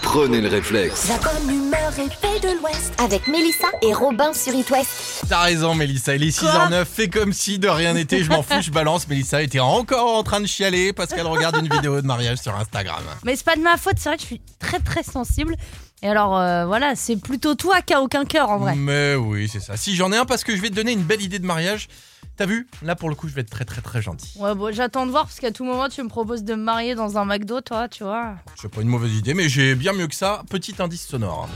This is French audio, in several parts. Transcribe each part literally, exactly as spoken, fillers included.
prenez le réflexe. La bonne humeur est faite de l'Ouest avec Mélissa et Robin sur It West. T'as raison Mélissa, il est six heures neuf, fais comme si de rien n'était, je m'en fous, je balance. Mélissa était encore en train de chialer parce qu'elle regarde une vidéo de mariage sur Instagram. Mais c'est pas de ma faute, c'est vrai que je suis très très sensible. Et alors euh, voilà, c'est plutôt toi qui a aucun cœur en vrai. Mais oui, c'est ça. Si j'en ai un parce que je vais te donner une belle idée de mariage. T'as vu ? Là pour le coup je vais être très très très gentil. Ouais bon, j'attends de voir parce qu'à tout moment tu me proposes de me marier dans un McDo, toi, tu vois. C'est pas une mauvaise idée mais j'ai bien mieux que ça. Petit indice sonore.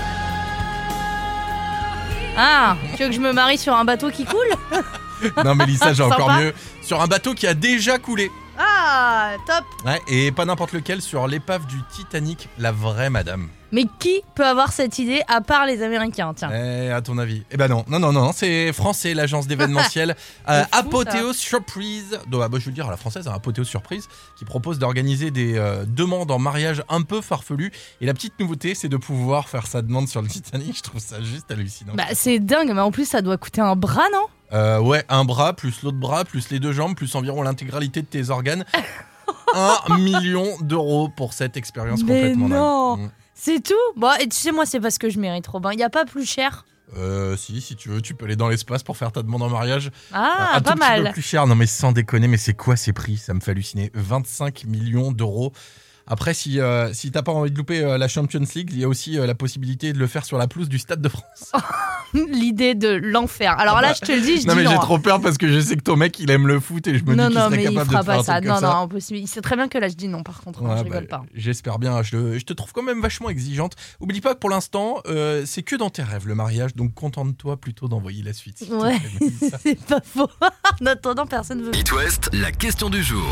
Ah, tu veux que je me marie sur un bateau qui coule ? Non Mélissa, j'ai encore Sympa. mieux. Sur un bateau qui a déjà coulé. Ah, top. Ouais, et pas n'importe lequel, sur l'épave du Titanic, la vraie madame. Mais qui peut avoir cette idée à part les Américains, tiens. Eh, à ton avis ? Eh ben non, non, non, non, c'est français, l'agence d'événementiel euh, C'est fou, Apothéose Surprise. Donc, ah bah, je veux dire, à la française, hein, Apothéose Surprise, qui propose d'organiser des euh, demandes en mariage un peu farfelues. Et la petite nouveauté, c'est de pouvoir faire sa demande sur le Titanic. Je trouve ça juste hallucinant. Bah c'est dingue, mais en plus ça doit coûter un bras, non ? Euh, ouais, un bras, plus l'autre bras, plus les deux jambes, plus environ l'intégralité de tes organes. Un million d'euros pour cette expérience Mais complètement non. dingue. Mm. C'est tout ? Bon, et tu sais, moi c'est parce que je mérite, Robin. Y a pas plus cher ? Euh, si, si tu veux, tu peux aller dans l'espace pour faire ta demande en mariage. Ah, un pas tout petit peu mal. plus cher, non mais sans déconner, mais c'est quoi ces prix ? Ça me fait halluciner. vingt-cinq millions d'euros. Après, si, euh, si t'as pas envie de louper euh, la Champions League, il y a aussi euh, la possibilité de le faire sur la pelouse du Stade de France. L'idée de l'enfer. Alors Ah bah, là, je te le dis, je non dis mais non. j'ai trop peur parce que je sais que ton mec il aime le foot et je me non, dis qu'il non, serait mais il capable de fera te faire pas un ça. truc Non, comme non, ça. impossible. Il sait très bien que là, je dis non, par contre. hein, Ouais, je bah, rigole pas. J'espère bien, je, le- je te trouve quand même vachement exigeante. Oublie pas que pour l'instant, euh, c'est que dans tes rêves le mariage, donc contente-toi plutôt d'envoyer la suite. s'il te Ouais, plaît, Mélissa. c'est pas faux. En attendant, personne veut. It West, la question du jour.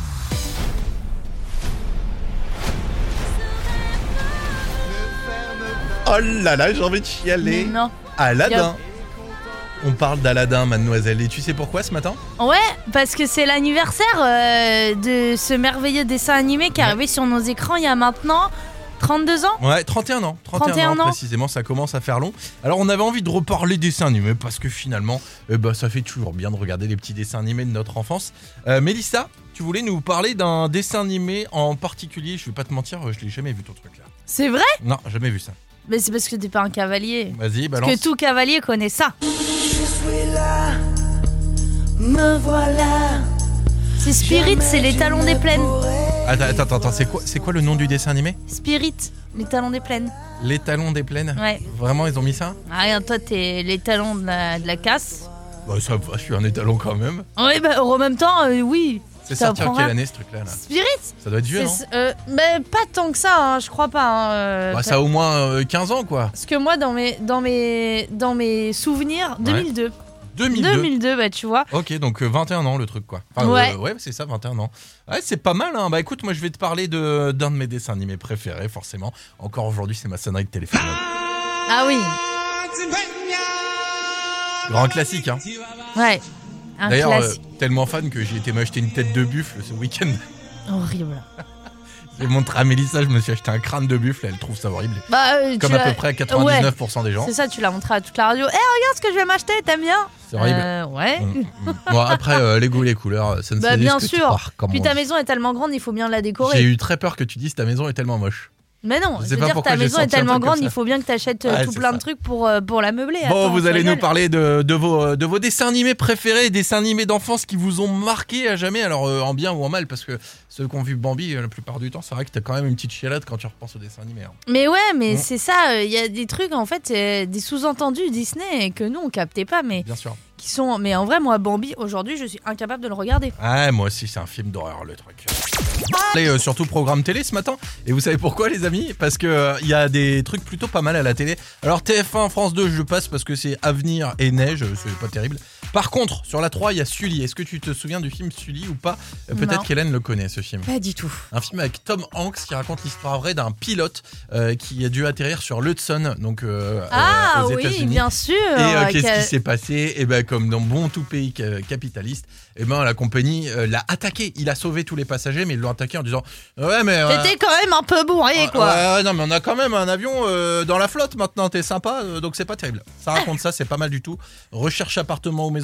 Oh là là, j'ai envie de Mais chialer. non. Aladdin. On parle d'Aladdin, mademoiselle. Et tu sais pourquoi ce matin ? Ouais, parce que c'est l'anniversaire euh, de ce merveilleux dessin animé qui est Ouais. arrivé sur nos écrans il y a maintenant trente-deux ans. Ouais, trente et un ans. trente et un, trente et un ans, ans. précisément, ça commence à faire long. Alors on avait envie de reparler dessins animés parce que finalement, eh ben, ça fait toujours bien de regarder les petits dessins animés de notre enfance. Euh, Mélissa, tu voulais nous parler d'un dessin animé en particulier. Je vais pas te mentir, je l'ai jamais vu ton truc là. C'est vrai ? Non, jamais vu ça. Mais c'est parce que t'es pas un cavalier. Vas-y, Parce balance. que tout cavalier connaît ça. Je suis là, me voilà. C'est Spirit, c'est les talons des plaines. Attends, attends, attends, c'est quoi, c'est quoi le nom du dessin animé ? Spirit, les talons des plaines. Les talons des plaines. Ouais. Vraiment, ils ont mis ça ? Ah, regarde, toi, t'es les talons de la, de la casse. Bah ça va, je suis un étalon quand même. Oui, bah en même temps, euh, oui. C'est Ça sorti en apprendra. quelle année ce truc-là là ? Spirit Ça doit être vieux, non ? c'est, euh, mais pas tant que ça, hein, je crois pas. hein, euh, Bah ça a au moins euh, quinze ans quoi. Parce que moi, dans mes, dans mes, dans mes souvenirs, deux mille deux. deux mille deux. deux mille deux, bah tu vois. Ok, donc euh, vingt et un ans le truc quoi. Enfin, Ouais. euh, ouais, c'est ça, vingt et un ans. Ouais, c'est pas mal hein. Bah écoute, moi je vais te parler de, d'un de mes dessins animés préférés forcément. Encore aujourd'hui, c'est ma sonnerie de téléphone. Ah oui, Grand classique hein. ouais. Un D'ailleurs, euh, classique. tellement fan que j'ai été m'acheter une tête de buffle ce week-end. Horrible. J'ai montré à Mélissa, je me suis acheté un crâne de buffle, elle trouve ça horrible. Bah, euh, tu Comme à l'as- peu près quatre-vingt-dix-neuf pour cent des gens. C'est ça, tu l'as montré à toute la radio. Eh, regarde ce que je vais m'acheter, t'aimes bien ? C'est horrible. Euh, ouais. Mm, mm. Bon après, euh, les goûts, les couleurs, ça ne Bah, se bien discute sûr. pas, comme Puis on ta dit. maison est tellement grande, il faut bien la J'ai décorer. eu très peur que tu dises ta maison est tellement moche. Mais non, Je sais je veux pas dire, pourquoi ta j'ai maison est senti un tellement truc comme grande, ça. il faut bien que t'achètes euh, Ouais, tout c'est plein ça. de trucs pour, euh, pour la meubler. Bon, Attends, vous tu allez nous rigoles. parler de, de, vos, de vos dessins animés préférés, dessins animés d'enfance qui vous ont marqué à jamais, alors euh, en bien ou en mal, parce que ceux qui ont vu Bambi, euh, la plupart du temps, c'est vrai que t'as quand même une petite chialade quand tu repenses aux dessins animés. hein. Mais ouais, mais Mm. c'est ça, il y a des trucs en fait, euh, des sous-entendus Disney que nous on captait pas, mais Bien sûr. qui sont. Mais en vrai, moi, Bambi, aujourd'hui, je suis incapable de le regarder. Ah, moi aussi, c'est un film d'horreur, le truc. Et euh, surtout programme télé ce matin. Et vous savez pourquoi, les amis ? Parce que euh, il y a des trucs plutôt pas mal à la télé. Alors T F un, France deux, je passe parce que c'est Avenir et Neige, euh, c'est pas terrible. Par contre, sur la trois, il y a Sully. Est-ce que tu te souviens du film Sully ou pas ? Euh, Peut-être Non. qu'Hélène le connaît, ce film. Pas du tout. Un film avec Tom Hanks qui raconte l'histoire vraie d'un pilote euh, qui a dû atterrir sur l'Hudson, donc euh, Ah euh, aux oui, États-Unis. bien sûr. Et euh, euh, qu'est-ce qu'a- qui s'est passé ? Et ben comme dans bon tout pays ca- capitaliste, et ben la compagnie euh, l'a attaqué. Il a sauvé tous les passagers, mais ils l'ont attaqué en disant ouais mais euh, T'étais quand même un peu bourré, quoi. ouais, ouais, non mais on a quand même un avion euh, dans la flotte maintenant. T'es sympa, euh, donc c'est pas terrible. Ça raconte ça, c'est pas mal du tout. Recherche appartement ou maison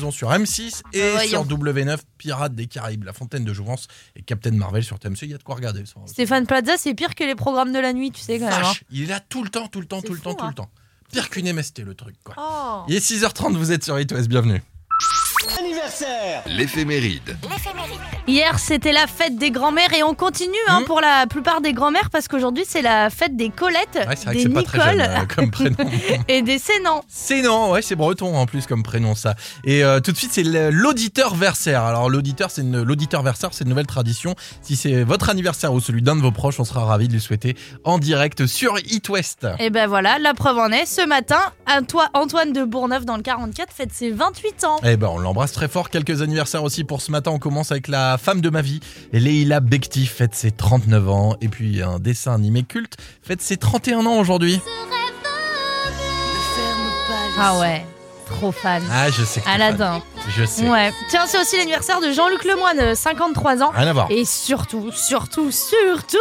saison sur M six et Voyons. sur W neuf, Pirates des Caraïbes, La Fontaine de Jouvence et Captain Marvel sur T M C. Il y a de quoi regarder. Ça. Stéphane Plaza, c'est pire que les programmes de la nuit, tu sais quand même. hein. Vache, il est là tout le temps, tout le temps, C'est tout le fou, temps, tout hein. le temps. Pire qu'une M S T le truc quoi. Oh. Il est six heures trente, vous êtes sur It West, bienvenue. L'éphéméride. Hier, c'était la fête des grands-mères et on continue hein, Mmh. pour la plupart des grands-mères parce qu'aujourd'hui, c'est la fête des Colettes, Ouais, c'est vrai que des c'est pas très Nicole jeune euh, comme prénom. et des Sénans. C'est non, ouais, c'est breton en plus comme prénom ça. Et euh, tout de suite, c'est le- l'auditeur versaire. Alors l'auditeur, c'est une l'auditeur versaire, c'est une nouvelle tradition. Si c'est votre anniversaire ou celui d'un de vos proches, on sera ravis de lui souhaiter en direct sur It West. Et ben voilà, la preuve en est, ce matin, Anto- Antoine de Bourneuf dans le quarante-quatre fête ses vingt-huit ans. Eh ben, on l'embrasse très fort. Quelques anniversaires aussi pour ce matin. On commence avec la femme de ma vie, Leila Bekti, fête ses trente-neuf ans. Et puis un dessin animé culte, fête ses trente et un ans aujourd'hui. Ah ouais, trop fan. Ah, je sais que t'es Aladin. fan. Je sais. Ouais. Tiens, c'est aussi l'anniversaire de Jean-Luc Lemoyne, euh, cinquante-trois ans. Rien à voir. Et surtout, surtout, surtout...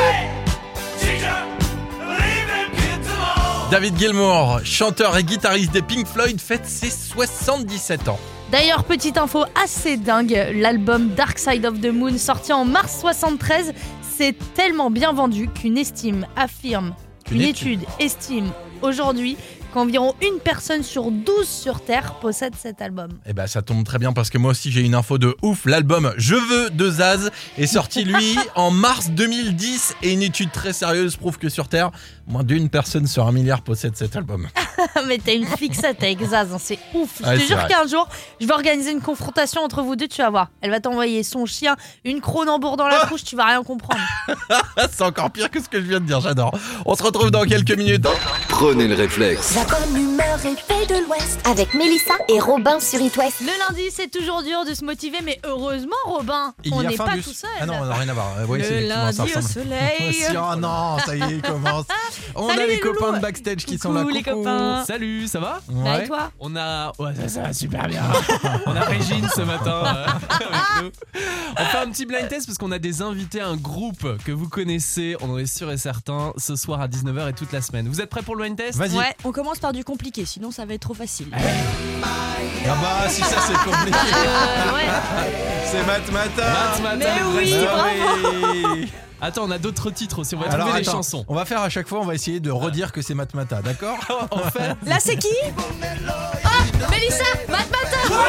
David Gilmour, chanteur et guitariste des Pink Floyd, fête ses soixante-dix-sept ans. D'ailleurs, petite info assez dingue, l'album Dark Side of the Moon, sorti en mars soixante-treize, s'est tellement bien vendu qu'une estime affirme, Une une étude. étude estime aujourd'hui qu'environ une personne sur douze sur Terre possède cet album. Eh ben ça tombe très bien parce que moi aussi j'ai une info de ouf. L'album Je veux de Zaz est sorti lui en mars deux mille dix et une étude très sérieuse prouve que sur Terre, moins d'une personne sur un milliard possède cet album. Mais t'as une fixette avec Zaz, hein, c'est ouf. Je Ouais, te c'est jure vrai. qu'un jour, je vais organiser une confrontation entre vous deux, tu vas voir. Elle va t'envoyer son chien, une Cronenbourg dans la couche, tu vas rien comprendre. C'est encore pire que ce que je viens de dire, j'adore. On se retrouve dans quelques minutes. Prenez le réflexe. La bonne humeur et paix de l'Ouest avec Mélissa et Robin sur It West. Le lundi, c'est toujours dur de se motiver, mais heureusement, Robin, Il on y a n'est fin pas du- tout seul. Ah non, on n'a rien à voir. Euh, ouais, c'est Le effectivement, ça lundi au ressemble. soleil. Si, oh non, ça y est, il commence. On Salut a les, les copains loulous. de backstage qui sont Coucou là. les Coucou. copains. Salut, ça va? Bah, Ouais. et toi? On a. Ouais, ça, ça va super bien. On a Régine ce matin euh, avec nous. On fait un petit blind test parce qu'on a des invités, un groupe que vous connaissez, on en est sûr et certain, ce soir à dix-neuf heures et toute la semaine. Vous êtes prêts pour le blind test? Vas-y. Ouais, on commence par du compliqué, sinon ça va être trop facile. Ah bah, si ça c'est compliqué. Euh, ouais. C'est Matmata. Matt Matin, Mais le oui, reste. Ah oui. Attends, on a d'autres titres aussi, on va Alors trouver les attends, chansons. on va faire à chaque fois, on va essayer de redire que c'est Matmata, d'accord? En fait, Là, c'est qui? Mélissa, Matt Matin.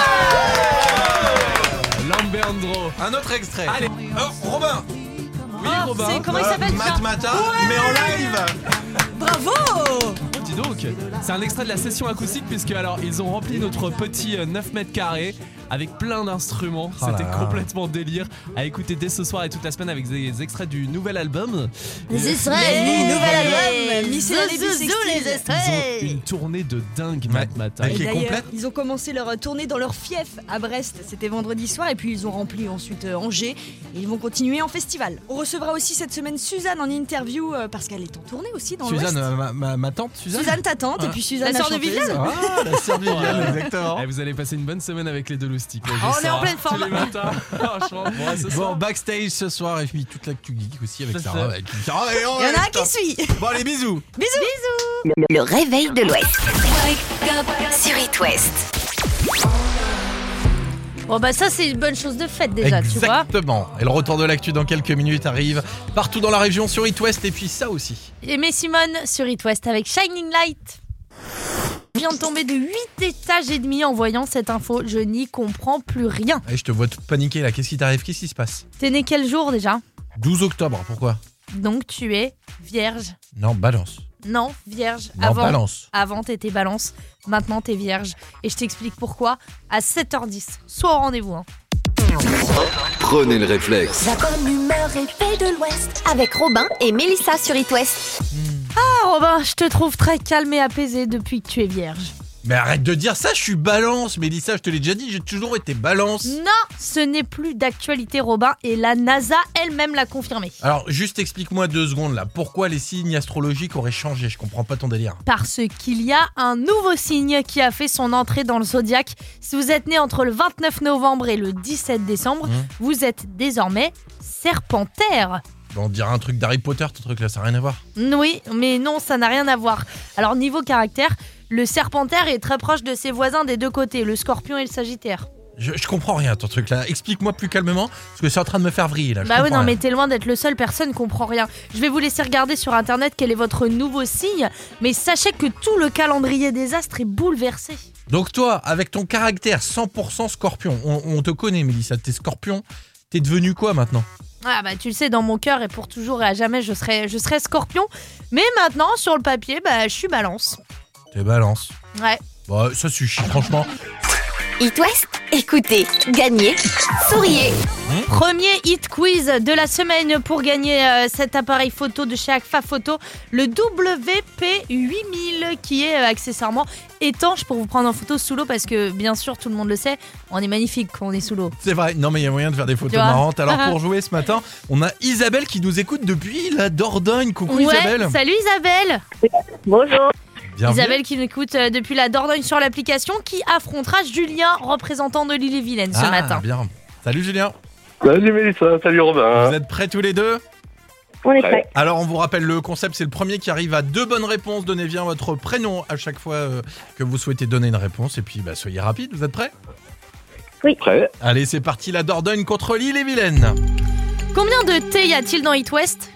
Lambeandro. Un autre extrait. Allez. Oh, Robin. Oui, Oh, Robin. c'est- Comment il Euh, s'appelle, ça? Matmata, mais en live. Bravo! Dis donc, c'est un extrait de la session acoustique puisque alors ils ont rempli notre petit euh, neuf mètres carrés avec plein d'instruments. Oh là C'était là. complètement délire à écouter dès ce soir et toute la semaine avec des extraits du nouvel album. Les extraits Les du nouvel album, album, miscellanée Zou, zou, zou, bisextile. les Ils ont extraits. une tournée de dingue, Ouais. Matt Matin. Avec- Et Qui est d'ailleurs, complète. ils ont commencé leur tournée dans leur fief à Brest, c'était vendredi soir, et puis ils ont rempli ensuite euh, Angers, et ils vont continuer en festival. On recevra aussi cette semaine Suzanne en interview, euh, parce qu'elle est en tournée aussi dans Suzanne, l'Ouest. euh, ma, ma- ma tante Suzanne. Suzanne ta tante, et puis Suzanne La la sœur de chanteuse. Viviane. Ah, la sœur de Viviane, Ouais. exactement. Eh, vous allez passer une bonne semaine avec les deux loustiques. là, je Oh, on est sens, en pleine hein, forme. Tous les matins. Franchement, bon, ce Bon, soir. backstage ce soir et puis toute l'actu geek aussi avec C'est Sarah. ça. Avec Sarah et on Il y en a un reste. qui suit. Bon, allez, bisous. Le réveil de l'Ouest. Sur It West. Bon bah ça c'est une bonne chose de fête déjà, tu vois. Exactement. Et le retour de l'actu dans quelques minutes arrive partout dans la région sur It West et puis ça aussi. Aimé Simone sur It West avec Shining Light. Je viens de tomber de huit étages et demi en voyant cette info, je n'y comprends plus rien. Allez, je te vois tout paniquer là. Qu'est-ce qui t'arrive? Qu'est-ce qui se passe? T'es né quel jour déjà? douze octobre, pourquoi? Donc tu es vierge. Non, balance. Non, vierge. Non, Avant, balance. avant t'étais balance, maintenant t'es vierge. Et je t'explique pourquoi à sept heures dix. Sois au rendez-vous. Hein. Prenez le réflexe. La bonne humeur et paix de l'Ouest avec Robin et Mélissa sur It West. Ah Robin, je te trouve très calme et apaisé depuis que tu es vierge. Mais arrête de dire ça, je suis balance. Mélissa, je te l'ai déjà dit, j'ai toujours été balance. Non, ce n'est plus d'actualité Robin et la NASA elle-même l'a confirmé. Alors, juste explique-moi deux secondes là. Pourquoi les signes astrologiques auraient changé? Je comprends pas ton délire. Parce qu'il y a un nouveau signe qui a fait son entrée dans le zodiaque. Si vous êtes né entre le vingt-neuf novembre et le dix-sept décembre, Mmh. vous êtes désormais Serpentaire. On dirait un truc d'Harry Potter, ton truc là, ça n'a rien à voir. Oui, mais non, ça n'a rien à voir. Alors niveau caractère, Le serpentaire est très proche de ses voisins des deux côtés, le scorpion et le sagittaire. Je, je comprends rien à ton truc là. Explique-moi plus calmement, parce que c'est en train de me faire vriller là. Je Bah oui, comprends non, rien. mais t'es loin d'être le seul, personne comprend rien. Je vais vous laisser regarder sur internet quel est votre nouveau signe, mais sachez que tout le calendrier des astres est bouleversé. Donc toi, avec ton caractère cent pour cent scorpion, on, on te connaît Mélissa, t'es scorpion, t'es devenu quoi maintenant? Ah bah tu le sais, dans mon cœur et pour toujours et à jamais, je serai, je serai scorpion. Mais maintenant, sur le papier, bah je suis balance. T'es balance. Ouais. Bah ça suffit, franchement. It West, écoutez, gagnez, souriez. Premier hit quiz de la semaine pour gagner euh, cet appareil photo de chez Agfa Photo, le W P huit mille, qui est euh, accessoirement étanche pour vous prendre en photo sous l'eau, parce que bien sûr, tout le monde le sait, on est magnifique quand on est sous l'eau. C'est vrai, non mais il y a moyen de faire des photos Tu vois marrantes. Alors pour jouer ce matin, on a Isabelle qui nous écoute depuis la Dordogne. Coucou Ouais, Isabelle. salut Isabelle. Bonjour. Bienvenue. Isabelle qui nous écoute euh, depuis la Dordogne sur l'application, qui affrontera Julien, représentant de l'Ille-et-Vilaine ce Ah, matin. bien. Salut Julien. Salut Mélissa, salut Robin. Vous êtes prêts tous les deux? On est Ouais. prêts. Alors on vous rappelle le concept, c'est le premier qui arrive à deux bonnes réponses. Donnez bien votre prénom à chaque fois euh, que vous souhaitez donner une réponse. Et puis bah, soyez rapide, vous êtes prêts? Prêt? Allez, c'est parti, la Dordogne contre l'Ille-et-Vilaine. Combien de T y a-t-il dans It West?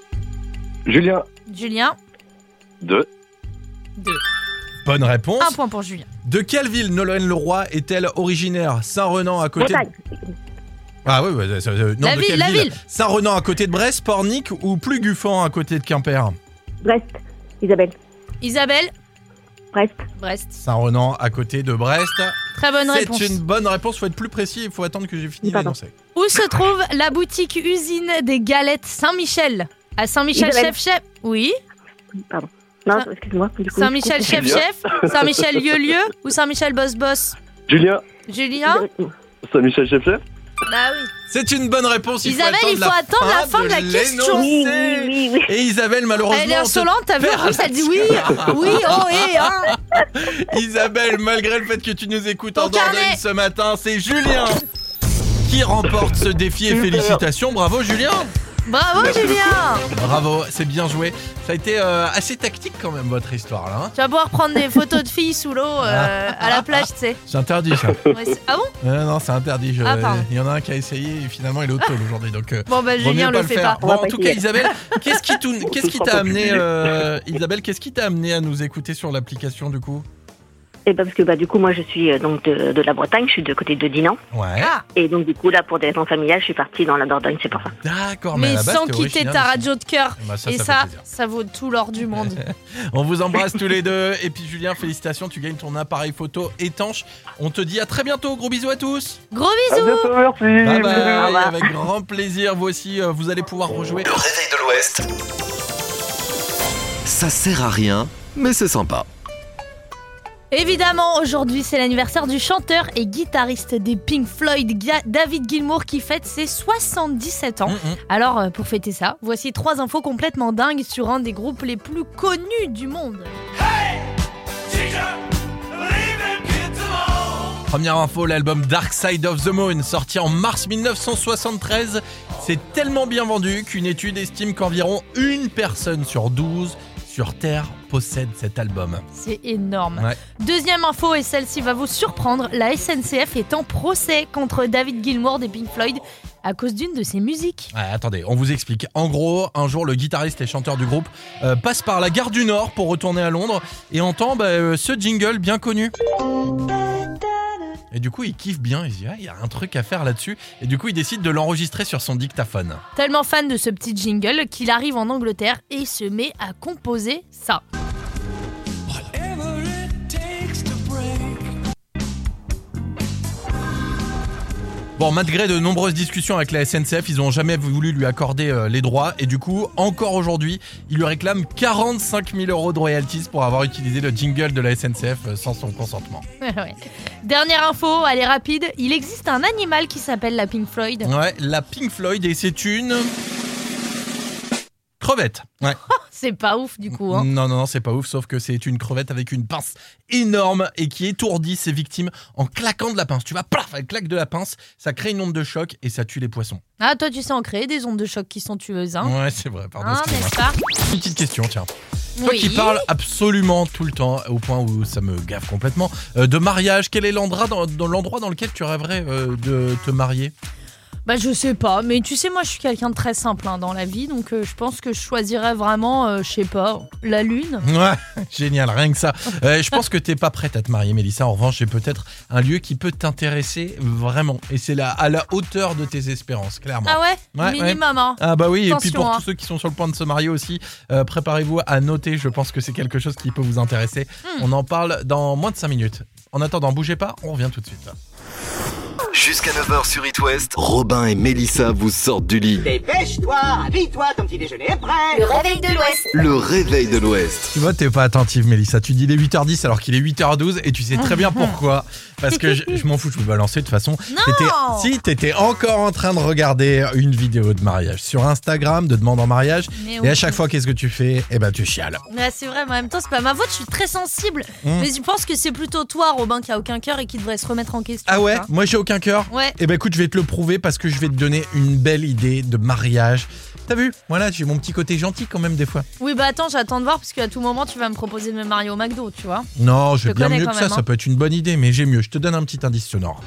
Julien, Julien, deux. deux. Bonne réponse. Un point pour Julien. De quelle ville Nolwenn Leroy est-elle originaire? Saint-Renan à côté Bretagne. de... Ah oui, ouais, ça- ça- non, La de ville, quelle la ville. Saint-Renan à côté de Brest, Pornic ou Pluguffan à côté de Quimper? Brest. Isabelle. Isabelle, Brest. Brest. Saint-Renan à côté de Brest. Très bonne réponse. C'est une bonne réponse, faut être plus précis, il faut attendre que j'ai fini Pardon. d'énoncer. Où se trouve la boutique usine des galettes Saint-Michel? À Saint-Michel Isabelle. chef chef. Oui. Pardon. Non, Saint- excuse-moi. Du coup, Saint-Michel chef Julien. chef. Saint-Michel lieu lieu ou Saint-Michel boss boss? Julien, Julien. Saint-Michel Chef-Chef. Bah oui. C'est une bonne réponse, il Isabelle, faut attendre il faut attendre la fin de la question. Oui, l'énoncer. oui, oui, oui. Et Isabelle, malheureusement... Elle est on te insolente, t'as vu? En plus, elle dit oui. Oui, oh, et hein. Isabelle, malgré le fait que tu nous écoutes Ton en Dordogne carnet. ce matin, c'est Julien qui remporte ce défi et félicitations. Bravo Julien. Bravo, Julien. Bravo, c'est bien joué. Ça a été euh, assez tactique quand même votre histoire là. Hein. Tu vas pouvoir prendre des photos de filles sous l'eau euh, à la plage, tu sais. C'est interdit ça. Ouais, c'est- ah bon? Euh, non, c'est interdit. Je- Ah, pardon. Il y en a un qui a essayé et finalement il est au tôle aujourd'hui. Donc euh, Bon, bah, vaut Julien mieux le le fait faire. pas. On Bon, va en pas tout cas, essayer. Isabelle, qu'est-ce qui, tou- qu'est-ce qui sera t'a pas amené, publié. euh, Isabelle, qu'est-ce qui t'a amené à nous écouter sur l'application du coup? Et bah, parce que bah, du coup, moi, je suis euh, donc de, de la Bretagne. Je suis de côté de Dinan. Ouais. Ah, Et donc, du coup, là, pour des raisons familiales, je suis partie dans la Dordogne. C'est pour ça. D'accord, mais, mais à la base, sans t'es quitter originaire ta d'ici. radio de cœur. Bah, ça, Et ça, ça, fait plaisir. ça vaut tout l'or du monde. On vous embrasse tous les deux. Et puis Julien, félicitations, tu gagnes ton appareil photo étanche. On te dit à très bientôt. Gros bisous à tous. Gros À bisous. bientôt, merci. Bye bye. Au revoir. Avec grand plaisir. Vous aussi, euh, vous allez pouvoir rejouer. Le réveil de l'Ouest. Ça sert à rien, mais c'est sympa. Évidemment, aujourd'hui, c'est l'anniversaire du chanteur et guitariste des Pink Floyd, Ga- David Gilmour, qui fête ses soixante-dix-sept ans. Hum, hum. Alors, euh, pour fêter ça, voici trois infos complètement dingues sur un des groupes les plus connus du monde. Première info, l'album Dark Side of the Moon, sorti en mars mille neuf cent soixante-treize, s'est tellement bien vendu qu'une étude estime qu'environ une personne sur douze sur Terre possède cet album. C'est énorme. Ouais. Deuxième info, et celle-ci va vous surprendre, la S N C F est en procès contre David Gilmour des Pink Floyd à cause d'une de ses musiques. Ouais, attendez, on vous explique. En gros, un jour, le guitariste et chanteur du groupe euh, passe par la gare du Nord pour retourner à Londres et entend bah, euh, ce jingle bien connu. Et du coup, il kiffe bien, il se dit, ah, il y a un truc à faire là-dessus. Et du coup, il décide de l'enregistrer sur son dictaphone. Tellement fan de ce petit jingle qu'il arrive en Angleterre et se met à composer ça. Bon, malgré de nombreuses discussions avec la S N C F, ils n'ont jamais voulu lui accorder euh, les droits. Et du coup, encore aujourd'hui, ils lui réclament quarante-cinq mille euros de royalties pour avoir utilisé le jingle de la S N C F euh, sans son consentement. Ouais. Dernière info, elle est rapide. Il existe un animal qui s'appelle la Pink Floyd. Ouais, la Pink Floyd, et c'est une... crevette. Ouais. C'est pas ouf du coup. Hein. Non, non, non, c'est pas ouf, sauf que c'est une crevette avec une pince énorme et qui étourdit ses victimes en claquant de la pince. Tu vas, plaf, elle claque de la pince, ça crée une onde de choc et ça tue les poissons. Ah, toi, tu sais en créer des ondes de choc qui sont tueuses. Hein, Ouais, c'est vrai, pardon, Hein, excuse-moi. n'est-ce pas? Une petite question, tiens. Toi Oui. qui parles absolument tout le temps, au point où ça me gaffe complètement, euh, de mariage, quel est l'endroit dans, dans l'endroit dans lequel tu rêverais euh, de te marier? Bah je sais pas, mais tu sais moi je suis quelqu'un de très simple hein, dans la vie, donc euh, je pense que je choisirais vraiment, euh, je sais pas, la lune. Ouais, génial, rien que ça. Euh, je pense que t'es pas prête à te marier, Mélissa. En revanche, j'ai peut-être un lieu qui peut t'intéresser vraiment. Et c'est là, à la hauteur de tes espérances, clairement. Ah ouais, Ouais, minimum hein. Ah bah oui, Attention, et puis pour hein. tous ceux qui sont sur le point de se marier aussi, euh, préparez-vous à noter, je pense que c'est quelque chose qui peut vous intéresser. Hmm. On en parle dans moins de cinq minutes. En attendant, bougez pas, on revient tout de suite. Jusqu'à neuf heures sur It West, Robin et Mélissa vous sortent du lit. Dépêche-toi, habille-toi, ton petit déjeuner est prêt. Le réveil de l'Ouest. Le réveil de l'Ouest. Tu vois, t'es pas attentive, Mélissa. Tu dis les huit heures dix alors qu'il est huit heures douze et tu sais très bien pourquoi. Parce que je, je m'en fous, je peux balancer de toute façon. Non. T'étais- Si, t'étais encore en train de regarder une vidéo de mariage sur Instagram, de demande en mariage. Mais Et oui. à chaque fois, qu'est-ce que tu fais? Eh ben, tu chiales. Ouais, c'est vrai, mais en même temps, c'est pas ma faute, je suis très sensible. Mmh. Mais je pense que c'est plutôt toi, Robin, qui a aucun cœur et qui devrait se remettre en question. Ah ouais? tu vois. Moi, j'ai aucun cœur. Ouais. Eh ben, écoute, je vais te le prouver parce que je vais te donner une belle idée de mariage. T'as vu? Voilà, j'ai mon petit côté gentil quand même des fois. Oui, bah attends, j'attends de voir parce qu'à tout moment, tu vas me proposer de me marier au McDo, tu vois. Non, j'ai te bien connais mieux quand que ça, même, ça hein. peut être une bonne idée, mais j'ai mieux. Je te donne un petit indice sonore.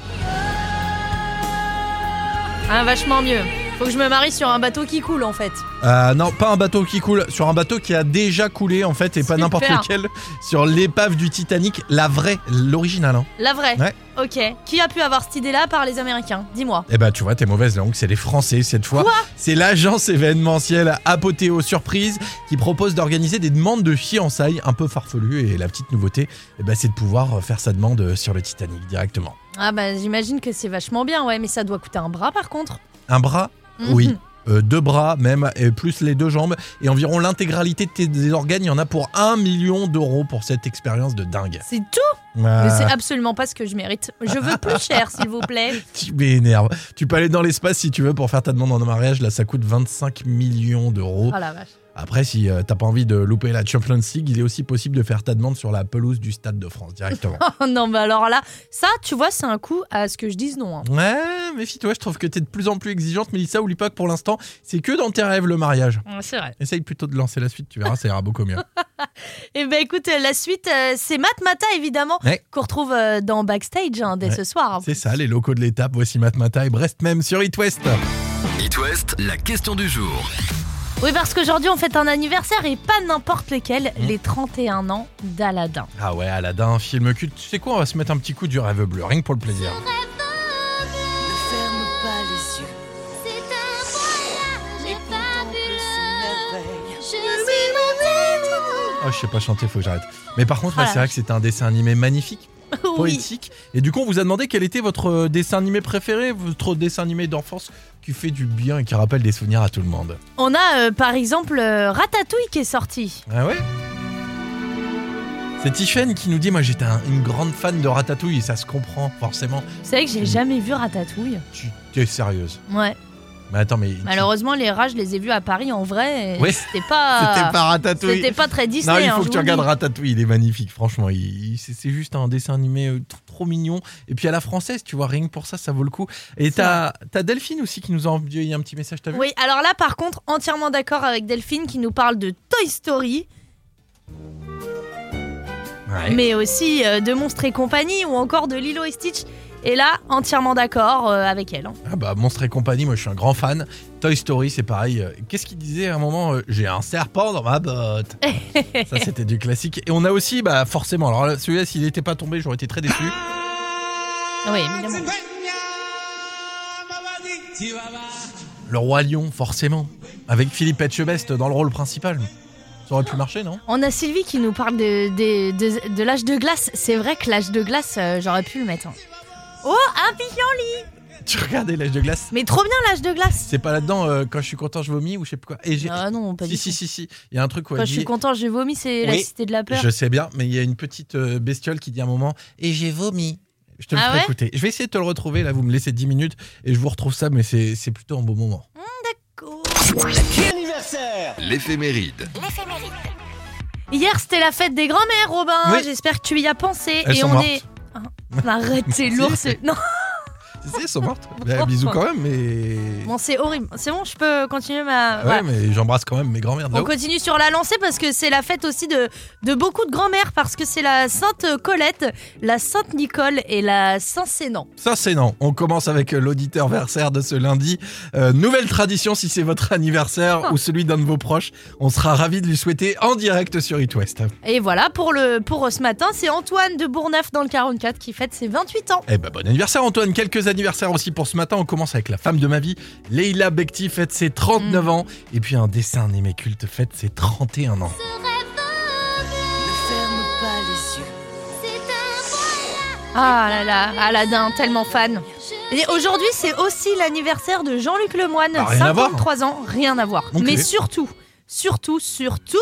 Ah, vachement mieux. Faut que je me marie sur un bateau qui coule, en fait. Euh, non, pas un bateau qui coule, sur un bateau qui a déjà coulé en fait, et pas Super. n'importe lequel, sur l'épave du Titanic, la vraie, l'original. Hein. La vraie. Ouais. Ok. Qui a pu avoir cette idée-là par les Américains? Dis-moi. Eh bah tu vois, t'es mauvaise langue, c'est les Français cette fois. Quoi? C'est l'agence événementielle Apothéo Surprise qui propose d'organiser des demandes de fiançailles un peu farfelues, et la petite nouveauté, eh bah, c'est de pouvoir faire sa demande sur le Titanic directement. Ah bah j'imagine que c'est vachement bien, ouais, mais ça doit coûter un bras par contre. Un bras? Mhm. Oui. Euh, deux bras même, et plus les deux jambes, et environ l'intégralité de tes organes. Il y en a pour un million d'euros pour cette expérience de dingue. C'est tout. Ah. Mais c'est absolument pas ce que je mérite. Je veux plus cher, s'il vous plaît. Tu m'énerves. Tu peux aller dans l'espace si tu veux pour faire ta demande en mariage. Là, ça coûte vingt-cinq millions d'euros. Oh la vache. Après, si euh, t'as pas envie de louper la Champions League, il est aussi possible de faire ta demande sur la pelouse du Stade de France directement. Oh non, mais alors là, ça, tu vois, c'est un coup à ce que je dise non. hein. Ouais, méfie-toi, je trouve que t'es de plus en plus exigeante, Mélissa. Oublie pas que pour l'instant, c'est que dans tes rêves le mariage. Ouais, c'est vrai. Essaye plutôt de lancer la suite, tu verras, ça ira beaucoup mieux. Et ben écoute, euh, la suite, euh, c'est Matmata évidemment, Ouais. qu'on retrouve euh, dans Backstage hein, dès Ouais. ce soir. C'est ça, les locaux de l'étape. Voici Matmata et Brest même sur It West. It West, la question du jour. Oui, parce qu'aujourd'hui, on fête un anniversaire et pas n'importe lequel, Mmh. les trente et un ans d'Aladin. Ah ouais, Aladdin, film culte. Tu sais quoi, on va se mettre un petit coup du rêve bleu, rien que pour le plaisir. Oh, je sais pas chanter, faut que j'arrête. Mais par contre, Ah ouais, la c'est vrai vache. que c'était un dessin animé magnifique, Oui. poétique. Et du coup, on vous a demandé quel était votre euh, dessin animé préféré, votre dessin animé d'enfance qui fait du bien et qui rappelle des souvenirs à tout le monde. On a euh, par exemple euh, Ratatouille qui est sorti. Ah ouais? C'est Tiffen qui nous dit, moi j'étais un- une grande fan de Ratatouille, et ça se comprend forcément. Vous savez que j'ai jamais vu Ratatouille. Tu es sérieuse? Ouais. Mais attends, mais... tu- Malheureusement, les rats, je les ai vus à Paris en vrai. et Oui. C'était pas. C'était pas Ratatouille. C'était pas très Disney. Non, il hein, faut je que tu vous le regardes dis. Ratatouille, il est magnifique, franchement. il- il- c'est c'est juste un dessin animé euh, t- trop mignon. Et puis à la française, tu vois, rien que pour ça, ça vaut le coup. Et C'est t'as t'as Delphine aussi qui nous a envoyé un petit message, t'as vu? Oui, alors là, par contre, entièrement d'accord avec Delphine qui nous parle de Toy Story, Ouais. mais aussi euh, de Monstres et compagnie ou encore de Lilo et Stitch. Et là, entièrement d'accord euh, avec elle. hein. Ah bah, Monstres et compagnie, moi je suis un grand fan. Toy Story, c'est pareil. Euh, Qu'est-ce qu'il disait à un moment? euh, J'ai un serpent dans ma botte. Ça, c'était du classique. Et on a aussi, bah forcément, alors là, celui-là, s'il n'était pas tombé, j'aurais été très déçu. Oui, évidemment. Le Roi Lion, forcément. Avec Philippe Etchebest dans le rôle principal. Ça aurait pu marcher, non? On a Sylvie qui nous parle de, de, de, de l'âge de glace. C'est vrai que l'âge de glace, euh, j'aurais pu le mettre. hein. Oh, un pissenlit! Tu regardais l'âge de glace? Mais trop bien l'âge de glace! C'est pas là-dedans, euh, quand je suis content, je vomis ou je sais plus quoi. Et j'ai... Ah non, pas si, du si, tout. si, si. Il y a un truc où Quand elle je dit... suis content, j'ai vomi, c'est la Oui, cité de la peur. Je sais bien, mais il y a une petite euh, bestiole qui dit à un moment « Et j'ai vomi ». Je te le Ah ferai ouais écouter. Je vais essayer de te le retrouver, là, vous me laissez dix minutes et je vous retrouve ça, mais c'est, c'est plutôt un beau moment. L'éphéméride. Hier, c'était la fête des grands-mères, Robin. Oui. J'espère que tu y as pensé. Elles et sont on mortes. est. Ah, arrête, c'est lourd. c'est- Non, Si, elles sont mortes. Bah, bisous quand même, mais. Bon, c'est horrible. C'est bon, je peux continuer ma. Ouais, voilà. mais j'embrasse quand même mes grands-mères de On là-haut. continue sur la lancée parce que c'est la fête aussi de, de beaucoup de grand-mères parce que c'est la Sainte Colette, la Sainte Nicole et la Saint-Sénan. Ça, c'est non. On commence avec l'auditeur versaire de ce lundi. Euh, nouvelle tradition, si c'est votre anniversaire Ah. ou celui d'un de vos proches, on sera ravis de lui souhaiter en direct sur It West. Et voilà, pour, le, pour ce matin, c'est Antoine de Bourneuf dans le quarante-quatre qui fête ses vingt-huit ans. Eh ben, bon anniversaire Antoine. Quelques anniversaires aussi pour ce matin. On commence avec la femme de ma vie. Leila Bekti fête ses trente-neuf Mm. ans. Et puis un dessin animé culte fête ses trente et un ans. Ah là là, Aladdin, tellement fan. Et aujourd'hui, c'est aussi l'anniversaire de Jean-Luc Lemoyne, Ah, rien à voir. cinquante-trois ans, rien à voir. Ok. Mais surtout, surtout, surtout,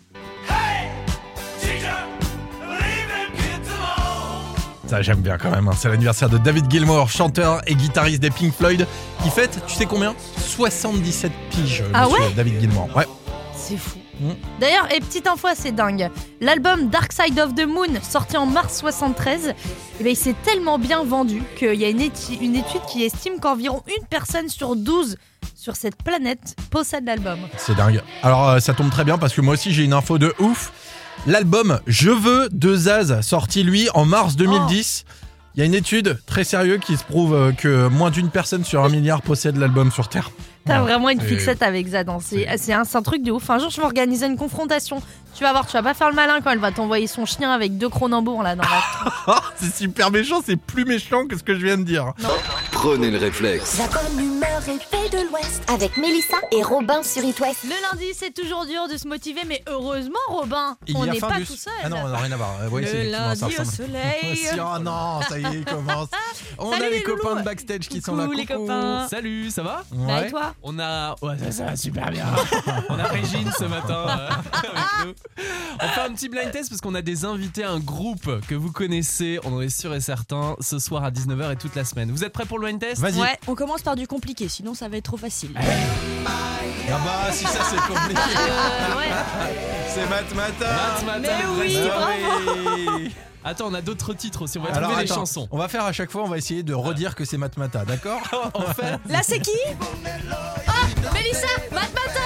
Ça, j'aime bien quand même. Hein. C'est l'anniversaire de David Gilmour, chanteur et guitariste des Pink Floyd, qui fête, tu sais combien ? soixante-dix-sept piges, Ah monsieur ouais David Gilmour. Ouais. c'est fou. Mm. D'ailleurs, et petite info, c'est dingue. L'album Dark Side of the Moon, sorti en mars soixante-treize, eh ben, il s'est tellement bien vendu qu'il y a une, éti- une étude qui estime qu'environ une personne sur douze sur cette planète possède l'album. C'est dingue. Alors, euh, ça tombe très bien parce que moi aussi, j'ai une info de ouf. L'album Je veux de Zaz, sorti lui en mars deux mille dix. Il y a une étude très sérieuse qui se prouve euh, que moins d'une personne sur un milliard possède l'album sur Terre. T'as Voilà. vraiment une Et- fixette avec Zad. hein. C'est c'est un, c'est un truc de ouf. Un jour, je vais organiser une confrontation. Tu vas voir, tu vas pas faire le malin quand elle va t'envoyer son chien avec deux Cronenbourg là dans la. Ah, c'est super méchant, c'est plus méchant que ce que je viens de dire. Prenez le réflexe. La bonne humeur est faite de l'Ouest avec Mélissa et Robin sur It West. Le lundi, c'est toujours dur de se motiver, mais heureusement, Robin, Il on y a n'est pas Findus. tout seul. Ah non, on n'a rien à voir. Euh, ouais, c'est Le effectivement, ça lundi au ressemble. soleil. Oh non, ça y est, il commence. On Salut a les les copains loulous. de backstage qui Coucou, sont là. les Coucou. copains. Salut, ça va? Bah, Ouais. et toi? On a. Ouais, ça, ça va super bien. On a Régine ce matin euh, avec nous. On fait un petit blind test parce qu'on a des invités, un groupe que vous connaissez, on en est sûr et certain, ce soir à dix-neuf heures et toute la semaine. Vous êtes prêts pour le blind test? Vas-y. Ouais, on commence par du compliqué, sinon ça va être trop facile. Ah bah, si ça c'est compliqué. Euh, ouais. C'est Matmata. Matmata, Mais le oui, vrai bravo. story. Attends, on a d'autres titres aussi, on va Alors trouver les attends, chansons. on va faire à chaque fois, on va essayer de redire que c'est Matmata, d'accord? On fait Là, c'est qui? Mélissa, Matmata.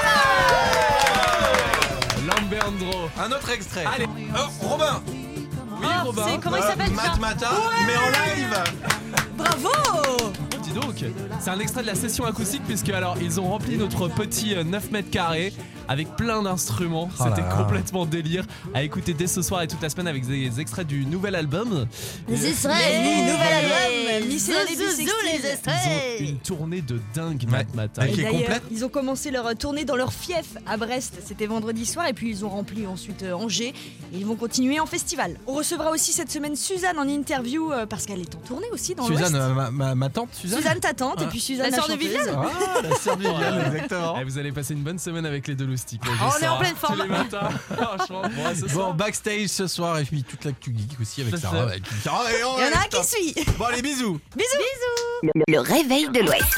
Lambeandro. Un autre extrait. Allez. Oh, Robin. Oui, Robin. c'est- Comment il s'appelle, ça? Matmata, mais en live. Bravo! Oh, dis donc, c'est un extrait de la session acoustique puisque alors ils ont rempli notre petit euh, neuf mètres carrés avec plein d'instruments. Oh là C'était là. complètement délire à écouter dès ce soir et toute la semaine avec des extraits du nouvel album. Les extraits Les du nouvel album, album, Miscellany Zou, zou, zou, les Bisextile. Ils extraits. ont une tournée de dingue, Ouais. Matt Matin. Avec Et qui est d'ailleurs, complète. ils ont commencé leur tournée dans leur fief à Brest, c'était vendredi soir, et puis ils ont rempli ensuite euh, Angers, et ils vont continuer en festival. On recevra aussi cette semaine Suzanne en interview, euh, parce qu'elle est en tournée aussi dans Suzanne, l'Ouest. euh, ma, ma, ma tante Suzanne. Suzanne ta tante, Ah. et puis Suzanne La la, sœur de chanteuse. Viviane. Ah, la sœur de Viviane, exactement. Eh, vous allez passer une bonne semaine avec les deux loustiques. là, je Oh, on est sens, en pleine hein, forme. Tous les matins. Franchement, bon, ce Bon, soir. backstage ce soir et puis toute l'actu geek aussi avec C'est Sarah. ça. Avec... Oh, et on Il y en a un reste. qui suit. Bon, allez, bisous. Le, le réveil de l'Ouest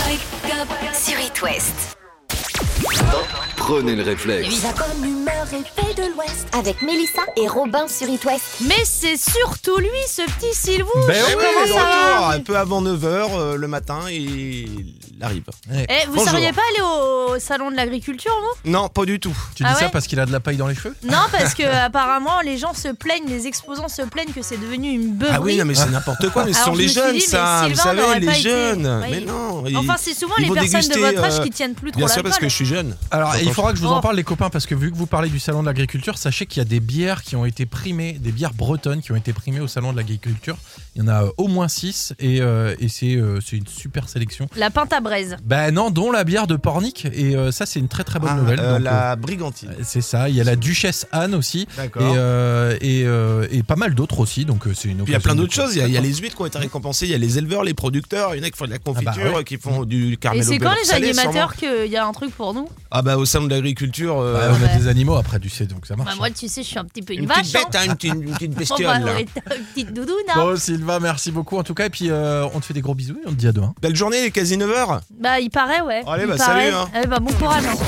sur It West. Prenez le réflexe. La bonne humeur est faite de l'Ouest avec Mélissa et Robin sur It West. Mais c'est surtout lui, ce petit Sylvou. Ben oui, Comment de ça va retour, un peu avant neuf heures euh, le matin et il arrive. Eh, vous Bonjour. seriez pas aller au salon de l'agriculture, vous? Non, pas du tout. Tu dis Ah ça ouais parce qu'il a de la paille dans les cheveux? Non, parce que apparemment les gens se plaignent, les exposants se plaignent que c'est devenu une beuverie. Ah oui, non mais c'est n'importe quoi, mais ce Alors, sont je les me suis jeunes dit, ça, mais vous Sylvain n'aurait savez, pas les été- jeunes. Oui. Mais non. ils- Enfin, c'est souvent ils les vont personnes de déguster, votre âge euh, qui tiennent plus trop Bien sûr l'alcool. parce que je suis jeune. Alors, Quand il on- faudra que je vous en Oh. parle, les copains, parce que vu que vous parlez du salon de l'agriculture, sachez qu'il y a des bières qui ont été primées, des bières bretonnes qui ont été primées au salon de l'agriculture. Il y en a euh, au moins six et, euh, et c'est euh, c'est une super sélection. La pinte à braise. Ben non, dont la bière de Pornic et euh, ça c'est une très très bonne Ah, nouvelle. euh, donc, la brigantine. euh, c'est ça. Il y a la Duchesse Anne aussi et, D'accord. euh, et, euh, et pas mal d'autres aussi. Donc euh, c'est une. Puis il y a occasion plein de- d'autres choses. Il y, a, il y a les huîtres qui ont été récompensées. Il y a les éleveurs, les producteurs. Il y en a qui font de la confiture, Ah bah ouais. qui font du Et caramel au c'est quand beurre les salé, animateurs sûrement. qu'il y a un truc pour nous? Ah bah au salon de l'agriculture. euh, Ouais, on a Ouais. des animaux après, tu sais, donc ça marche. Bah, moi, tu sais, je suis un petit peu une, une vache. petite bête, hein. hein, une, petite, une petite Bon, bestiole. bah, là. ouais, t'as une petite doudoune. hein. Bon, Sylvain, merci beaucoup en tout cas. Et puis euh, on te fait des gros bisous et on te dit à demain. Belle journée, quasi neuf heures. Bah, il paraît, ouais. Allez, Il bah, paraît. salut, hein. Allez, bah, bon courage. hein.